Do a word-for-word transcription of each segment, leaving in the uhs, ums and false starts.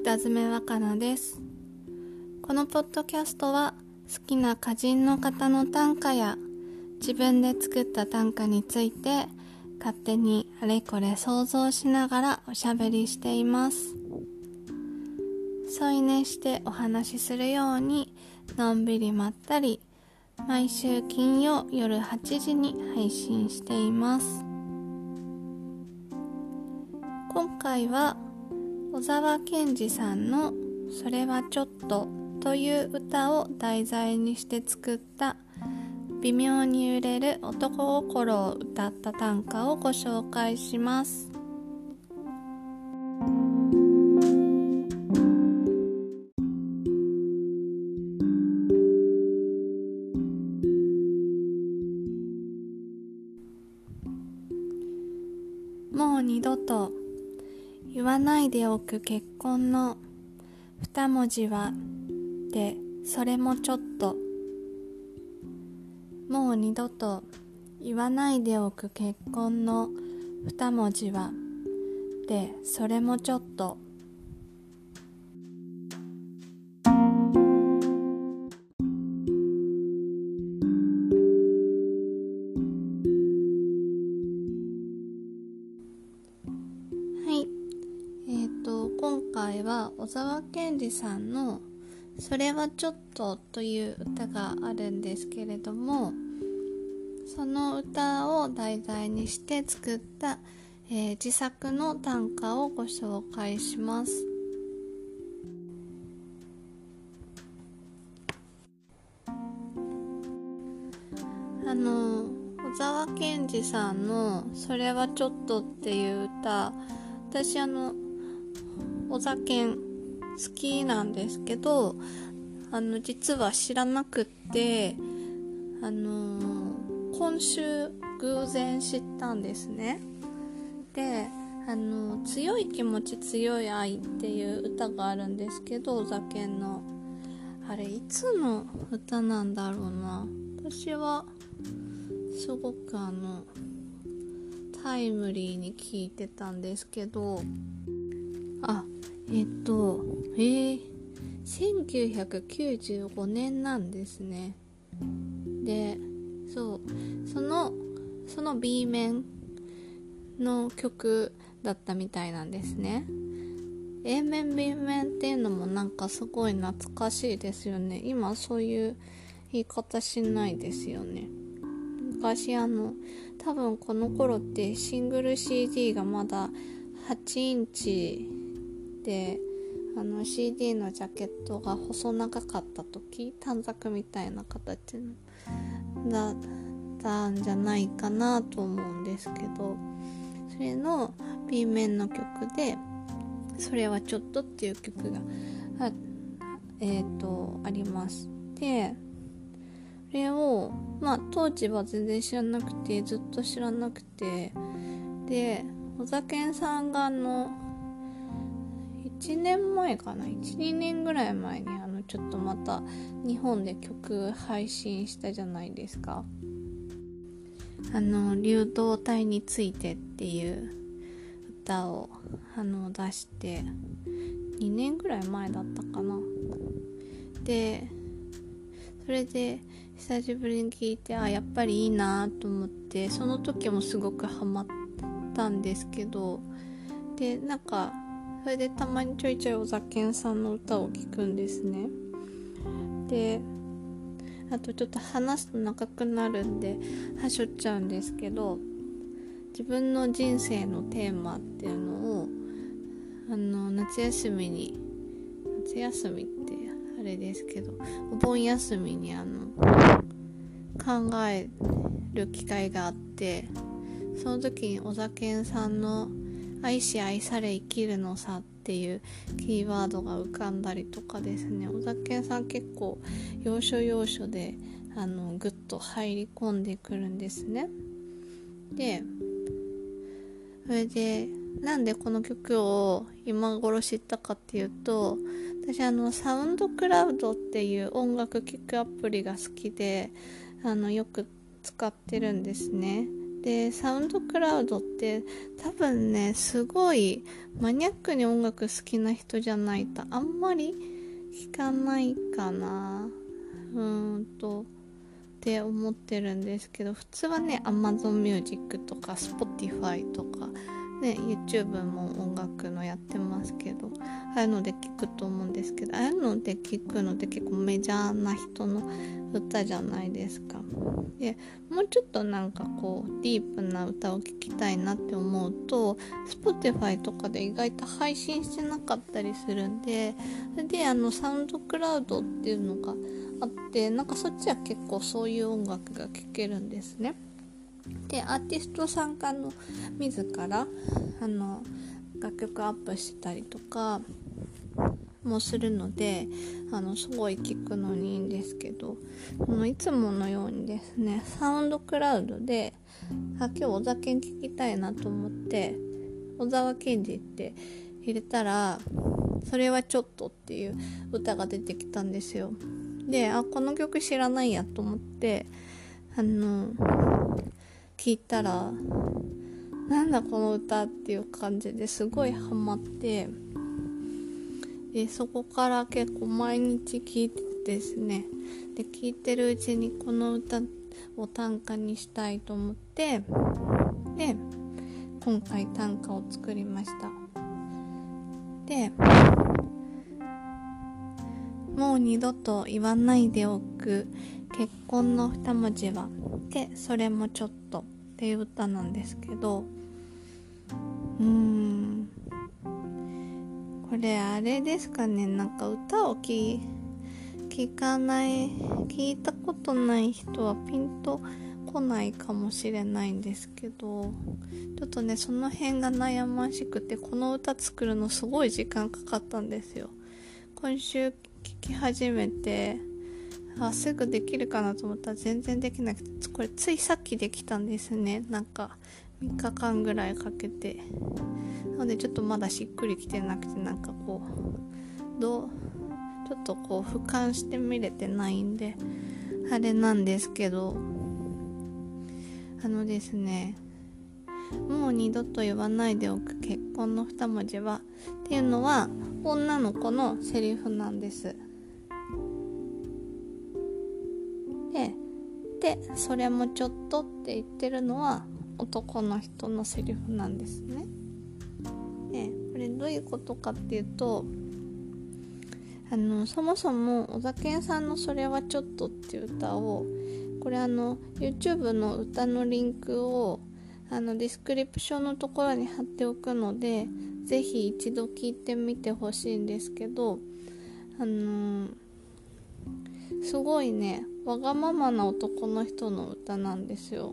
北爪若菜です。このポッドキャストは好きな歌人の方の短歌や自分で作った短歌について勝手にあれこれ想像しながらおしゃべりしています。添い寝してお話しするようにのんびりまったり毎週金曜夜はちじに配信しています。今回は小沢健二さんのそれはちょっとという歌を題材にして作った微妙に揺れる男心を歌った短歌をご紹介します。もう二度と言わないでおく結婚の二文字はでそれもちょっと。もう二度と言わないでおく結婚の二文字はでそれもちょっと。今回は小沢健二さんのそれはちょっとという歌があるんですけれども、その歌を題材にして作った、えー、自作の短歌をご紹介します。あの小沢健二さんのそれはちょっとっていう歌、私あの小沢健好きなんですけど、あの実は知らなくってあのー、今週偶然知ったんですね。で、あの強い気持ち強い愛っていう歌があるんですけど、小沢健のあれいつの歌なんだろうな。私はすごくあのタイムリーに聴いてたんですけど、あえっとえー、せんきゅうひゃくきゅうじゅうごねんなんですね。で、そうそのその B 面の曲だったみたいなんですね。 A 面 B 面っていうのもなんかすごい懐かしいですよね。今そういう言い方しないですよね。昔あの多分この頃ってシングル シーディー がまだはちインチで、あの シーディー のジャケットが細長かった時、短冊みたいな形のだったんじゃないかなと思うんですけど、それの B 面の曲でそれはちょっとっていう曲が あ,、えー、とあります。でこれをまあ当時は全然知らなくて、ずっと知らなくて、で小沢健さんがあのいちねんまえかな、いち、にねんぐらい前にあのちょっとまた日本で曲配信したじゃないですか。あの流動体についてっていう歌をあの出してにねんぐらい前だったかな。でそれで久しぶりに聴いて、あやっぱりいいなと思って、その時もすごくハマったんですけど、でなんかそれでたまにちょいちょい小沢健さんの歌を聴くんですね。であとちょっと話すと長くなるんではしょっちゃうんですけど、自分の人生のテーマっていうのをあの夏休みに夏休みってあれですけどお盆休みにあの考える機会があって、その時に小沢健さんの愛し愛され生きるのさっていうキーワードが浮かんだりとかですね。小沢健さん結構要所要所であのグッと入り込んでくるんですね。でそれでなんでこの曲を今頃知ったかっていうと、私あのサウンドクラウドっていう音楽聴くアプリが好きで、あのよく使ってるんですね。 でサウンドクラウドって多分ねすごいマニアックに音楽好きな人じゃないとあんまり聞かないかなうーんとって思ってるんですけど、普通はね Amazon Music とか Spotify とかね YouTube も音楽のやってますけど、ああいうので聞くと思うんですけど、ああいうので聞くのって結構メジャーな人の歌じゃないですか。でもうちょっとなんかこうディープな歌を聴きたいなって思うと Spotify とかで意外と配信してなかったりするんで、であのサウンドクラウドっていうのがあって、なんかそっちは結構そういう音楽が聴けるんですね。でアーティストさんがの自らあの楽曲アップしたりとかもするので、あのすごい聴くのにいいんですけど、あのいつものようにですねサウンドクラウドであ今日小沢健聴きたいなと思って小沢健二って入れたら、それはちょっとっていう歌が出てきたんですよ。であこの曲知らないやと思ってあの聞いたら、なんだこの歌っていう感じですごいハマって、でそこから結構毎日聴いてですね、で聴いてるうちにこの歌を短歌にしたいと思って、で今回短歌を作りました。でもう二度と言わないでおく結婚の二文字はでそれもちょっとっていう歌なんですけど、うーんこれあれですかね、なんか歌を聴聞かない聞いたことない人はピンとこないかもしれないんですけど、ちょっとねその辺が悩ましくて、この歌作るのすごい時間かかったんですよ。今週聴き始めてあすぐできるかなと思ったら全然できなくて、これついさっきできたんですね。なんかみっかかんぐらいかけて、なのでちょっとまだしっくりきてなくて、なんかこうどうちょっとこう俯瞰して見れてないんであれなんですけど、あのですねもう二度と言わないでおく結婚の二文字はっていうのは女の子のセリフなんです。で、でそれもちょっとって言ってるのは男の人のセリフなんですね。でこれどういうことかっていうと、あのそもそも小田健さんのそれはちょっとっていう歌を、これあの YouTube の歌のリンクをあのディスクリプションのところに貼っておくので、ぜひ一度聞いてみてほしいんですけど、あのー、すごいねわがままな男の人の歌なんですよ。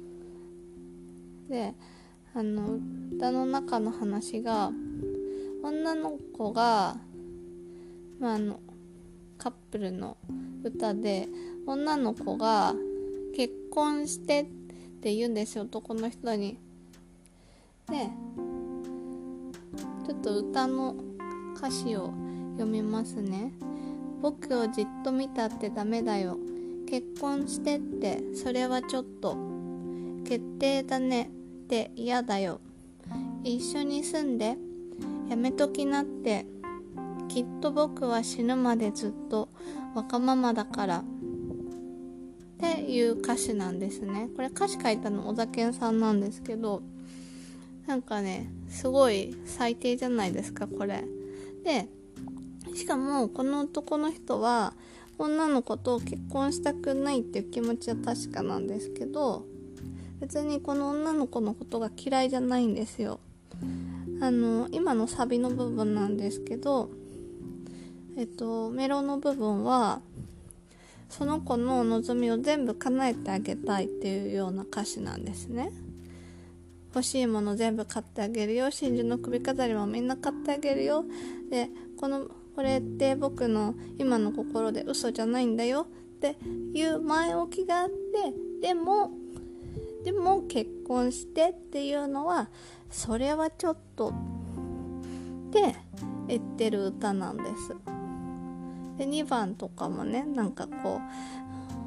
であの歌の中の話が、女の子が、まあ、あのカップルの歌で女の子が結婚してって言うんですよ、男の人に。でちょっと歌の歌詞を読みますね。僕をじっと見たってダメだよ、結婚してってそれはちょっと、決定だねって嫌だよ、一緒に住んでやめときなって、きっと僕は死ぬまでずっとわがままだからっていう歌詞なんですね。これ歌詞書いたの小田健さんなんですけど、なんかねすごい最低じゃないですかこれで。しかもこの男の人は女の子と結婚したくないっていう気持ちは確かなんですけど、別にこの女の子のことが嫌いじゃないんですよ。あの今のサビの部分なんですけど、えっとメロの部分はその子の望みを全部叶えてあげたいっていうような歌詞なんですね。欲しいもの全部買ってあげるよ、真珠の首飾りもみんな買ってあげるよ、でこのこれって僕の今の心で嘘じゃないんだよっていう前置きがあって、でもでも結婚してっていうのはそれはちょっとって言ってる歌なんです。でにばんとかもね、なんかこう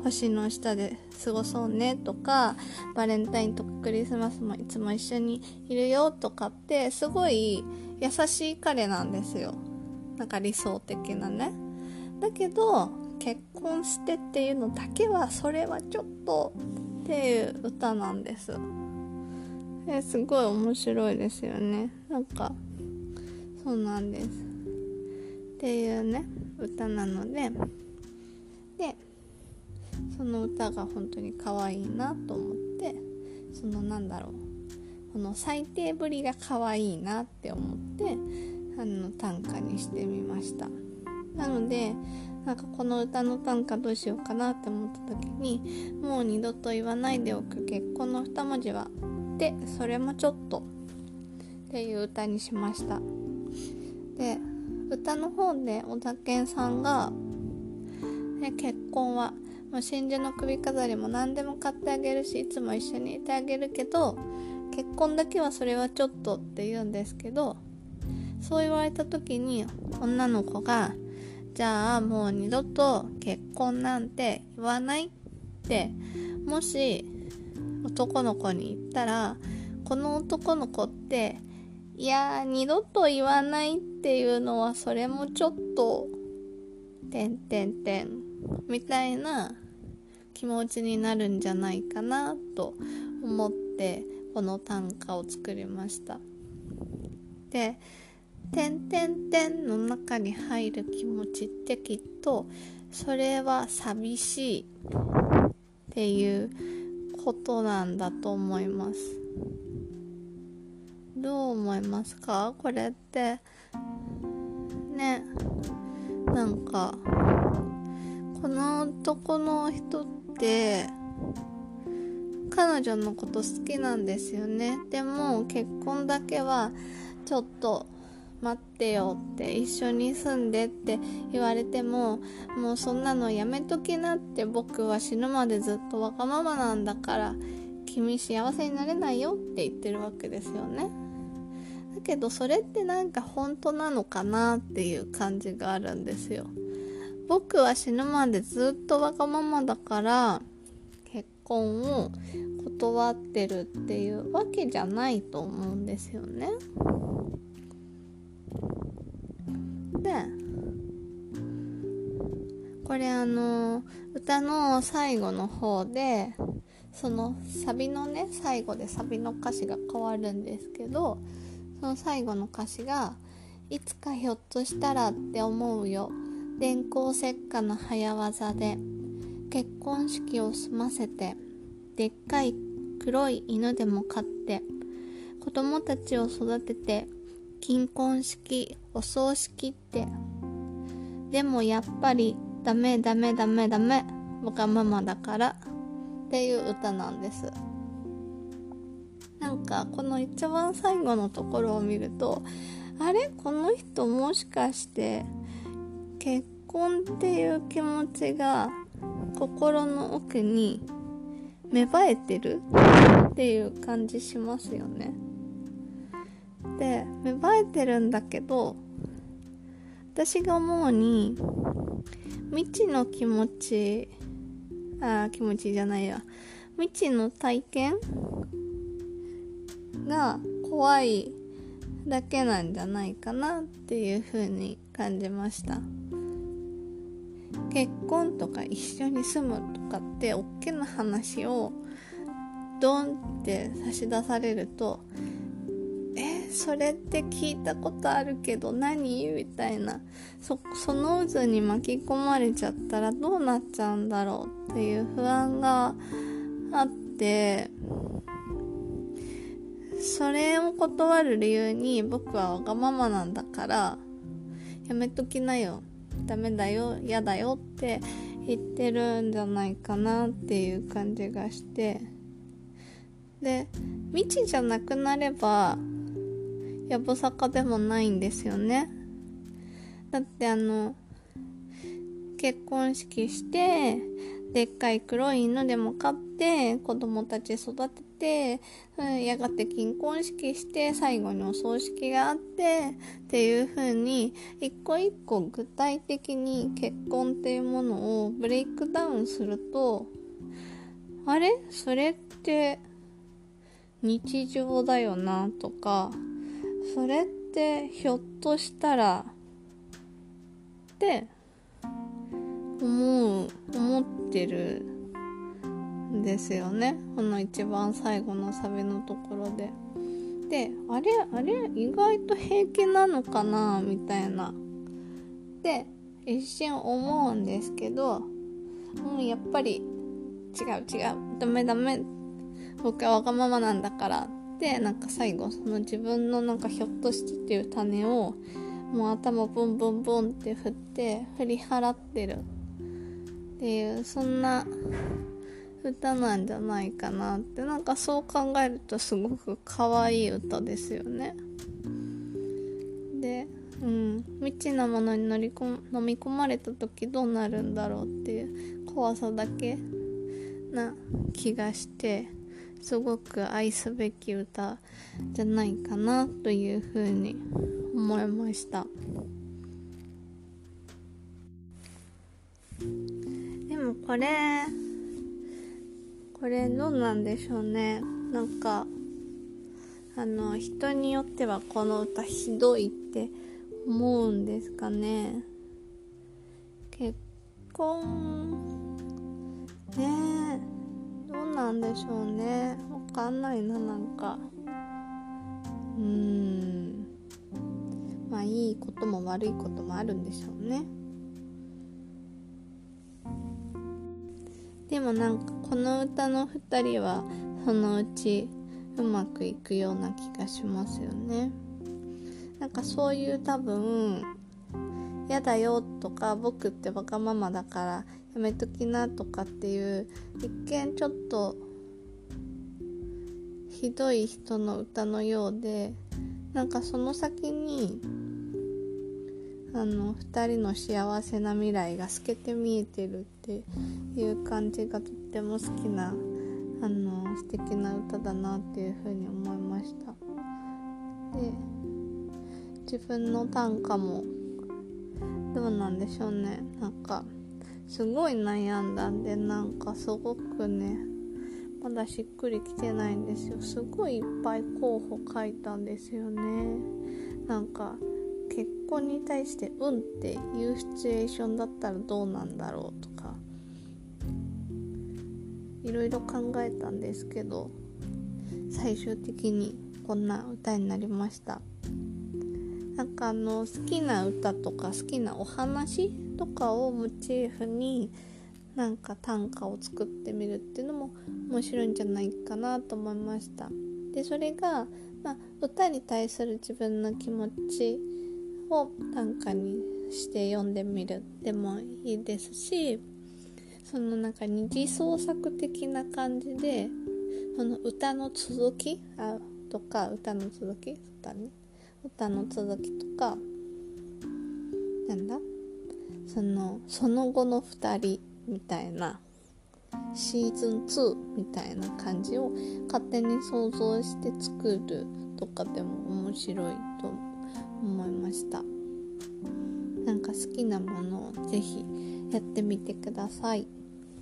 星の下で過ごそうねとか、バレンタインとかクリスマスもいつも一緒にいるよとかって、すごい優しい彼なんですよ。なんか理想的なね。だけど結婚してっていうのだけは、それはちょっとっていう歌なんです。えすごい面白いですよね。なんかそうなんですっていうね歌なので、でその歌が本当に可愛いなと思って、そのなんだろうこの最低ぶりが可愛いなって思ってあの短歌にしてみました。なのでなんかこの歌の短歌どうしようかなって思った時に、もう二度と言わないでおく結婚の二文字はで、それもちょっとっていう歌にしました。で歌の方で小田健さんが、ね、結婚はもう真珠の首飾りも何でも買ってあげるし、いつも一緒にいてあげるけど、結婚だけはそれはちょっとって言うんですけど、そう言われた時に女の子が、じゃあもう二度と結婚なんて言わないってもし男の子に言ったら、この男の子っていや二度と言わないっていうのはそれもちょっとてんてんてんみたいな気持ちになるんじゃないかなと思ってこの短歌を作りました。でてんてんてんの中に入る気持ちってきっとそれは寂しいっていうことなんだと思います。どう思いますか？これってね、なんかこの男の人って彼女のこと好きなんですよね。でも結婚だけはちょっと待ってよって、一緒に住んでって言われても、もうそんなのやめときなって、僕は死ぬまでずっとわがままなんだから君幸せになれないよって言ってるわけですよね。だけどそれってなんか本当なのかなっていう感じがあるんですよ。僕は死ぬまでずっとわがままだから結婚を断ってるっていうわけじゃないと思うんですよね。でこれあの歌の最後の方で、そのサビのね最後でサビの歌詞が変わるんですけど、その最後の歌詞が、いつかひょっとしたらって思うよ、電光石火の早業で結婚式を済ませて、でっかい黒い犬でも飼って子供たちを育てて、金婚式お葬式って、でもやっぱりダメダメダメダメ僕はママだからっていう歌なんです。なんかこの一番最後のところを見ると、あれこの人もしかして結婚っていう気持ちが心の奥に芽生えてるっていう感じしますよね。で芽生えてるんだけど、私が思うに未知の気持ちあ気持ちじゃないや未知の体験が怖いだけなんじゃないかなっていう風に感じました。結婚とか一緒に住むとかって大きな話をドンって差し出されると、えそれって聞いたことあるけど何みたいな、そその渦に巻き込まれちゃったらどうなっちゃうんだろうっていう不安があって、それを断る理由に、僕はわがままなんだからやめときなよ、ダメだよ、やだよって言ってるんじゃないかなっていう感じがして、で未知じゃなくなればやぶさかでもないんですよね。だってあの結婚式してでっかい黒い犬でも飼って子供たち育てて、うん、やがて金婚式して最後にお葬式があってっていう風に一個一個具体的に結婚っていうものをブレイクダウンすると、あれそれって日常だよなとか、それってひょっとしたらって思う思ってるんですよね。この一番最後のサビのところで。で、あれあれ意外と平気なのかなみたいなで一瞬思うんですけど、もうやっぱり違う違うダメダメ、僕はわがままなんだからで、なんか最後その自分のなんかひょっとしてっていう種をもう頭ボンボンボンって振って振り払ってるっていう、そんな歌なんじゃないかなって、なんかそう考えるとすごく可愛い歌ですよね。で、うん未知なものに乗りこ飲み込まれた時どうなるんだろうっていう怖さだけな気がして、すごく愛すべき歌じゃないかなというふうに思いました。でもこれこれどうなんでしょうね。なんかあの人によってはこの歌ひどいって思うんですかね。結婚ねえどうなんでしょうね。わかんないな。なんかうーんまあいいことも悪いこともあるんでしょうね。でもなんかこの歌のふたりはそのうちうまくいくような気がしますよね。なんかそういう多分やだよとか僕ってわがままだからやめときなとかっていう一見ちょっとひどい人の歌のようで、なんかその先にあのふたりの幸せな未来が透けて見えてるっていう感じがとっても好きなあの素敵な歌だなっていうふうに思いました。で自分の短歌もどうなんでしょうね。なんかすごい悩んだんで、なんかすごくねまだしっくりきてないんですよ。すごいいっぱい候補書いたんですよね。なんか結婚に対してうんっていうシチュエーションだったらどうなんだろうとかいろいろ考えたんですけど、最終的にこんな歌になりました。なんかあの好きな歌とか好きなお話とかをモチーフになんか短歌を作ってみるっていうのも面白いんじゃないかなと思いました。でそれが、まあ、歌に対する自分の気持ちを短歌にして読んでみるでもいいですし、そのなんか二次創作的な感じでその歌の続きあとか歌の続き歌ね歌の続きとかなんだそのその後のふたりみたいなシーズンツーみたいな感じを勝手に想像して作るとかでも面白いと思いました。なんか好きなものをぜひやってみてください。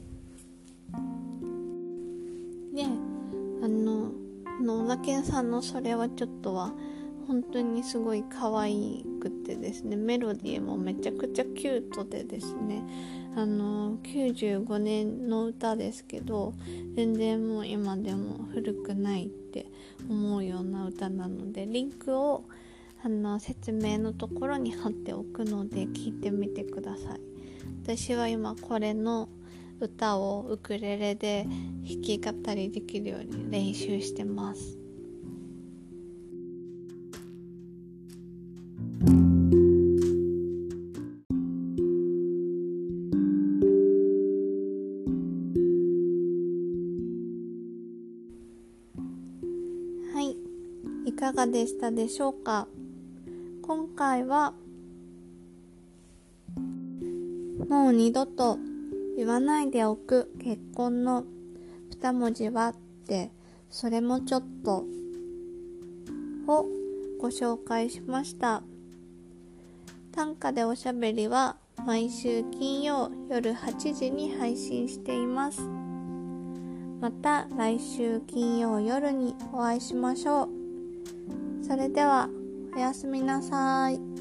で、あの野田健さんのそれはちょっとは本当にすごい可愛くてですね、メロディーもめちゃくちゃキュートでですね、あのきゅうじゅうごねんの歌ですけど全然もう今でも古くないって思うような歌なので、リンクをあの説明のところに貼っておくので聞いてみてください。私は今これの歌をウクレレで弾き語りできるように練習してます。はい、いかがでしたでしょうか。今回はもう二度と言わないでおく結婚の二文字はって、それもちょっとをご紹介しました。短歌でおしゃべりは毎週金曜夜はちじに配信しています。また来週金曜夜にお会いしましょう。それではおやすみなさい。